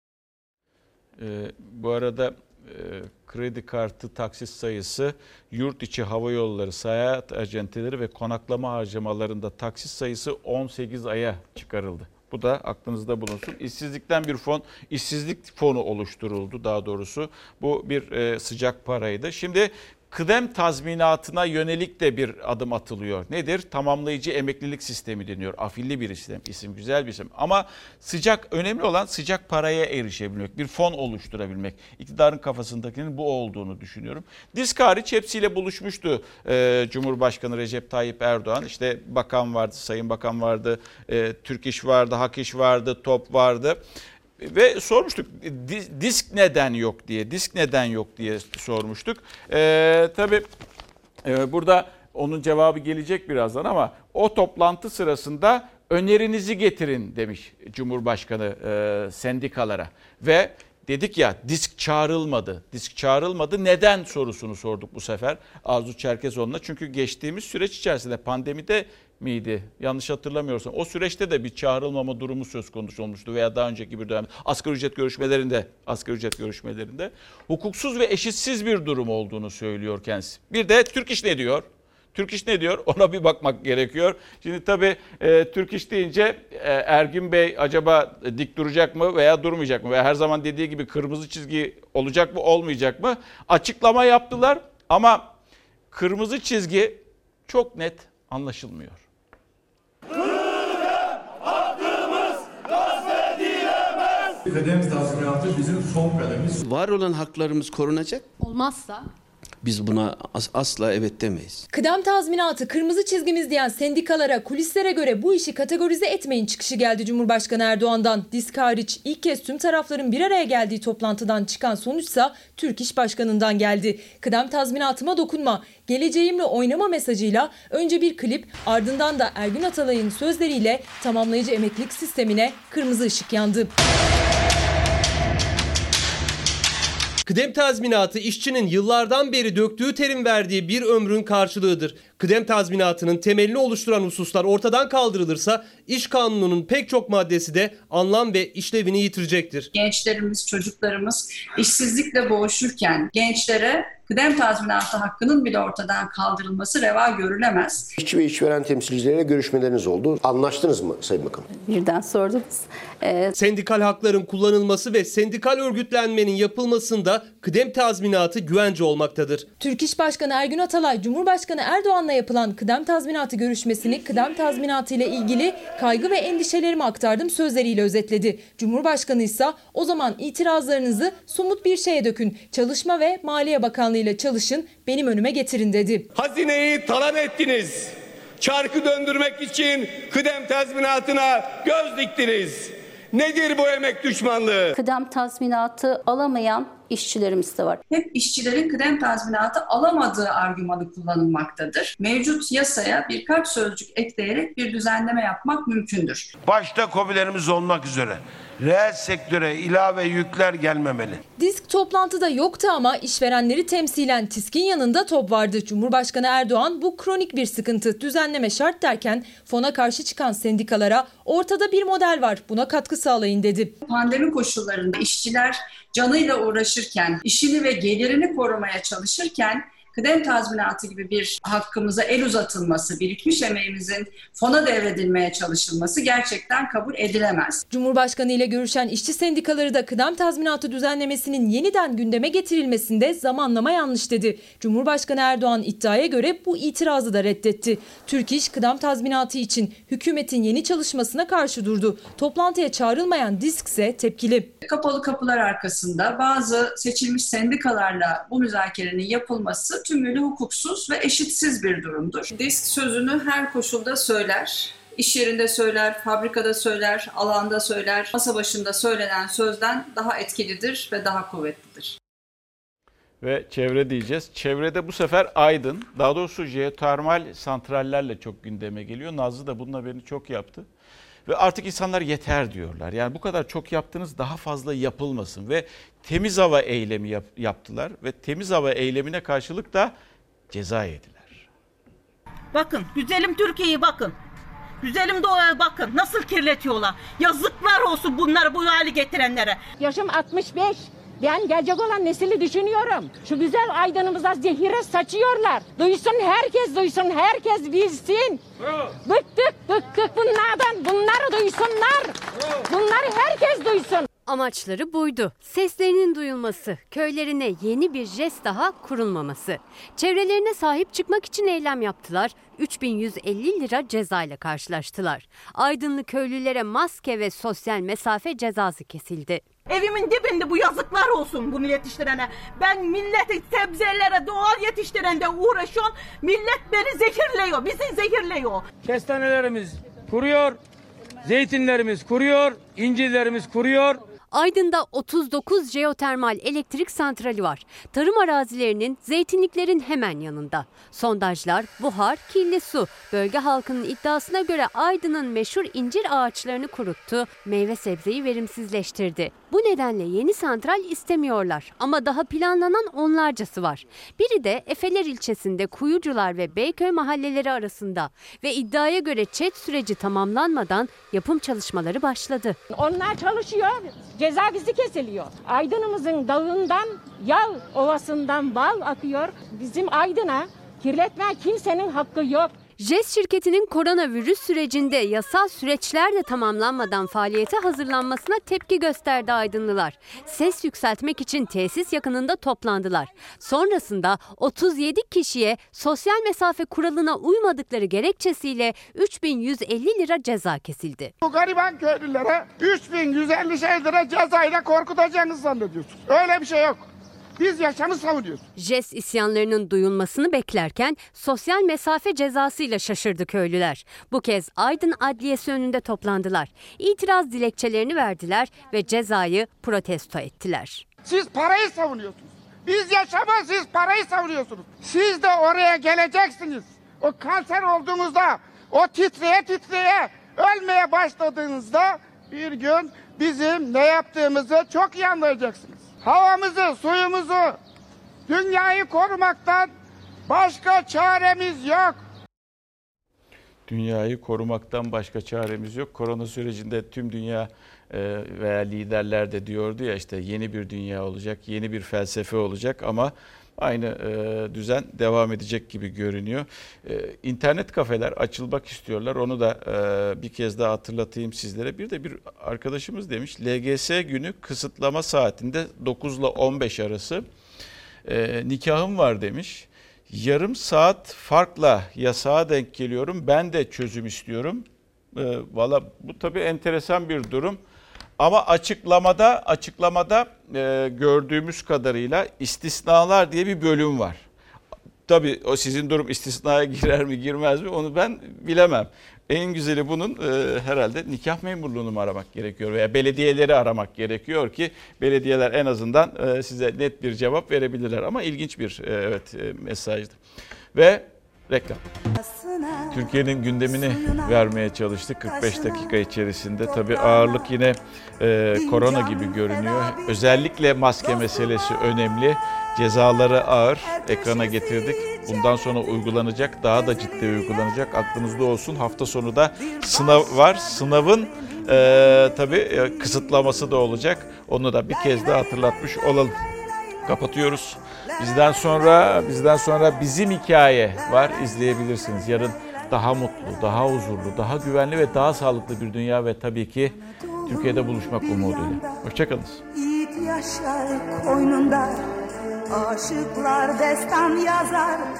Bu arada kredi kartı taksit sayısı, yurt içi hava yolları, seyahat acenteleri ve konaklama harcamalarında taksit sayısı 18 aya çıkarıldı. Bu da aklınızda bulunsun. İşsizlikten bir fon, işsizlik fonu oluşturuldu daha doğrusu. Bu bir sıcak paraydı. Şimdi kıdem tazminatına yönelik de bir adım atılıyor. Nedir? Tamamlayıcı emeklilik sistemi deniyor. Afilli bir isim, güzel bir isim. Ama önemli olan sıcak paraya erişebilmek, bir fon oluşturabilmek. İktidarın kafasındakinin bu olduğunu düşünüyorum. Disk hariç hepsiyle buluşmuştu Cumhurbaşkanı Recep Tayyip Erdoğan. İşte bakan vardı, sayın bakan vardı, Türk İş vardı, Hak İş vardı, TOP vardı. Ve sormuştuk disk neden yok diye sormuştuk. Tabii burada onun cevabı gelecek birazdan ama o toplantı sırasında önerinizi getirin demiş Cumhurbaşkanı sendikalara. Ve dedik ya disk çağrılmadı. Neden sorusunu sorduk bu sefer Arzu Çerkezoğlu'na. Çünkü geçtiğimiz süreç içerisinde pandemide miydi? Yanlış hatırlamıyorsam. O süreçte de bir çağrılmama durumu söz konusu olmuştu veya daha önceki bir dönemde asgari ücret görüşmelerinde hukuksuz ve eşitsiz bir durum olduğunu söylüyor kendisi. Bir de Türk İş ne diyor? Ona bir bakmak gerekiyor. Şimdi tabii Türk İş deyince Ergin Bey acaba dik duracak mı veya durmayacak mı? Veya her zaman dediği gibi kırmızı çizgi olacak mı olmayacak mı? Açıklama yaptılar ama kırmızı çizgi çok net anlaşılmıyor. Kıdem tazminatı bizim son kademimiz. Var olan haklarımız korunacak. Olmazsa? Biz buna asla evet demeyiz. Kıdem tazminatı kırmızı çizgimiz diyen sendikalara, kulislere göre bu işi kategorize etmeyin çıkışı geldi Cumhurbaşkanı Erdoğan'dan. Disk hariç ilk kez tüm tarafların bir araya geldiği toplantıdan çıkan sonuçsa Türk İş Başkanı'ndan geldi. Kıdem tazminatıma dokunma, geleceğimle oynama mesajıyla önce bir klip, ardından da Ergün Atalay'ın sözleriyle tamamlayıcı emeklilik sistemine kırmızı ışık yandı. Kıdem tazminatı işçinin yıllardan beri döktüğü terin verdiği bir ömrün karşılığıdır. Kıdem tazminatının temelini oluşturan hususlar ortadan kaldırılırsa iş kanununun pek çok maddesi de anlam ve işlevini yitirecektir. Gençlerimiz, çocuklarımız işsizlikle boğuşurken gençlere kıdem tazminatı hakkının bile ortadan kaldırılması reva görülemez. İşçi ve işveren temsilcileriyle görüşmeleriniz oldu. Anlaştınız mı Sayın Bakanım? Birden sordunuz. Sendikal hakların kullanılması ve sendikal örgütlenmenin yapılmasında kıdem tazminatı güvence olmaktadır. Türk İş Başkanı Ergün Atalay, Cumhurbaşkanı Erdoğan'la yapılan kıdem tazminatı görüşmesini kıdem tazminatı ile ilgili kaygı ve endişelerimi aktardım sözleriyle özetledi. Cumhurbaşkanı ise o zaman itirazlarınızı somut bir şeye dökün. Çalışma ve Maliye Bakanlığı ile çalışın, benim önüme getirin dedi. Hazineyi talan ettiniz. Çarkı döndürmek için kıdem tazminatına göz diktiniz. Nedir bu emek düşmanlığı? Kıdem tazminatı alamayan işçilerimiz de var. Hep işçilerin kıdem tazminatı alamadığı argümanı kullanılmaktadır. Mevcut yasaya birkaç sözcük ekleyerek bir düzenleme yapmak mümkündür. Başta KOBİ'lerimiz olmak üzere reel sektöre ilave yükler gelmemeli. DİSK toplantıda yoktu ama işverenleri temsilen TİSK'in yanında top vardı. Cumhurbaşkanı Erdoğan bu kronik bir sıkıntı, düzenleme şart derken fona karşı çıkan sendikalara ortada bir model var, buna katkı sağlayın dedi. Pandemi koşullarında işçiler canıyla uğraşırken, işini ve gelirini korumaya çalışırken kıdem tazminatı gibi bir hakkımıza el uzatılması, birikmiş emeğimizin fona devredilmeye çalışılması gerçekten kabul edilemez. Cumhurbaşkanı ile görüşen işçi sendikaları da kıdem tazminatı düzenlemesinin yeniden gündeme getirilmesinde zamanlama yanlış dedi. Cumhurbaşkanı Erdoğan iddiaya göre bu itirazı da reddetti. Türk İş kıdem tazminatı için hükümetin yeni çalışmasına karşı durdu. Toplantıya çağrılmayan DİSK ise tepkili. Kapalı kapılar arkasında bazı seçilmiş sendikalarla bu müzakerenin yapılması tümüyle hukuksuz ve eşitsiz bir durumdur. DİSK sözünü her koşulda söyler. İş yerinde söyler, fabrikada söyler, alanda söyler. Masa başında söylenen sözden daha etkilidir ve daha kuvvetlidir. Ve çevre diyeceğiz. Çevrede bu sefer Aydın, daha doğrusu jeotermal santrallerle çok gündeme geliyor. Nazlı da bunun haberini çok yaptı. Ve artık insanlar yeter diyorlar. Yani bu kadar çok yaptınız, daha fazla yapılmasın. Ve temiz hava eylemi yaptılar. Ve temiz hava eylemine karşılık da ceza yediler. Bakın, güzelim Türkiye'yi bakın. Güzelim doğaya bakın. Nasıl kirletiyorlar. Yazıklar olsun bunları bu hale getirenlere. Yaşım 65. Ben gelecek olan nesili düşünüyorum. Şu güzel Aydın'ımıza zehire saçıyorlar. Duysun, herkes bilsin. Bıktık bunlardan. Bunları duysunlar. Bunları herkes duysun. Amaçları buydu. Seslerinin duyulması, köylerine yeni bir jest daha kurulmaması. Çevrelerine sahip çıkmak için eylem yaptılar. 3150 lira cezayla karşılaştılar. Aydınlı köylülere maske ve sosyal mesafe cezası kesildi. Evimin dibinde bu yazıklar olsun bunu yetiştirene. Ben milleti sebzelere doğal yetiştirende uğraşıyorum. Millet beni zehirliyor, bizi zehirliyor. Kestanelerimiz kuruyor, zeytinlerimiz kuruyor, incirlerimiz kuruyor. Aydın'da 39 jeotermal elektrik santrali var. Tarım arazilerinin, zeytinliklerin hemen yanında. Sondajlar, buhar, kirli su. Bölge halkının iddiasına göre Aydın'ın meşhur incir ağaçlarını kuruttu, meyve sebzeyi verimsizleştirdi. Bu nedenle yeni santral istemiyorlar ama daha planlanan onlarcası var. Biri de Efeler ilçesinde Kuyucular ve Beyköy mahalleleri arasında ve iddiaya göre ÇED süreci tamamlanmadan yapım çalışmaları başladı. Onlar çalışıyor, ceza bizi kesiliyor. Aydın'ımızın dağından, yağ ovasından bal akıyor. Bizim Aydın'a kirletme kimsenin hakkı yok. JES şirketinin koronavirüs sürecinde yasal süreçler de tamamlanmadan faaliyete hazırlanmasına tepki gösterdi Aydınlılar. Ses yükseltmek için tesis yakınında toplandılar. Sonrasında 37 kişiye sosyal mesafe kuralına uymadıkları gerekçesiyle 3150 lira ceza kesildi. Bu gariban köylülere 3150 lira cezayla korkutacağınızı zannediyorsunuz. Öyle bir şey yok. Biz yaşamı savunuyoruz. JES isyanlarının duyulmasını beklerken sosyal mesafe cezasıyla şaşırdı köylüler. Bu kez Aydın Adliyesi önünde toplandılar. İtiraz dilekçelerini verdiler ve cezayı protesto ettiler. Siz parayı savunuyorsunuz. Biz yaşamı, siz parayı savunuyorsunuz. Siz de oraya geleceksiniz. O kanser olduğunuzda, o titreye ölmeye başladığınızda bir gün bizim ne yaptığımızı çok iyi anlayacaksınız. Havamızı, suyumuzu, dünyayı korumaktan başka çaremiz yok. Dünyayı korumaktan başka çaremiz yok. Korona sürecinde tüm dünya veya liderler de diyordu ya işte yeni bir dünya olacak, yeni bir felsefe olacak ama aynı düzen devam edecek gibi görünüyor. İnternet kafeler açılmak istiyorlar. Onu da bir kez daha hatırlatayım sizlere. Bir de bir arkadaşımız demiş LGS günü kısıtlama saatinde 9 ile 15 arası nikahım var demiş. Yarım saat farkla yasağa denk geliyorum. Ben de çözüm istiyorum. Valla bu tabii enteresan bir durum. Ama açıklamada gördüğümüz kadarıyla istisnalar diye bir bölüm var. Tabii o sizin durum istisnaya girer mi girmez mi onu ben bilemem. En güzeli bunun herhalde nikah memurluğunu mu aramak gerekiyor veya belediyeleri aramak gerekiyor ki belediyeler en azından size net bir cevap verebilirler. Ama ilginç bir mesajdı. Ve Reklam. Türkiye'nin gündemini vermeye çalıştık 45 dakika içerisinde. Tabii ağırlık yine korona gibi görünüyor. Özellikle maske meselesi önemli. Cezaları ağır. Ekrana getirdik. Bundan sonra uygulanacak, daha da ciddi uygulanacak. Aklınızda olsun. Hafta sonu da sınav var. Sınavın tabii kısıtlaması da olacak. Onu da bir kez daha hatırlatmış olalım. Kapatıyoruz. Bizden sonra Bizim Hikaye var. İzleyebilirsiniz. Yarın daha mutlu, daha huzurlu, daha güvenli ve daha sağlıklı bir dünya ve tabii ki Türkiye'de buluşmak umuduyla. Hoşçakalınız. Yiğit yaşar koynunda, aşıklar destan yazar.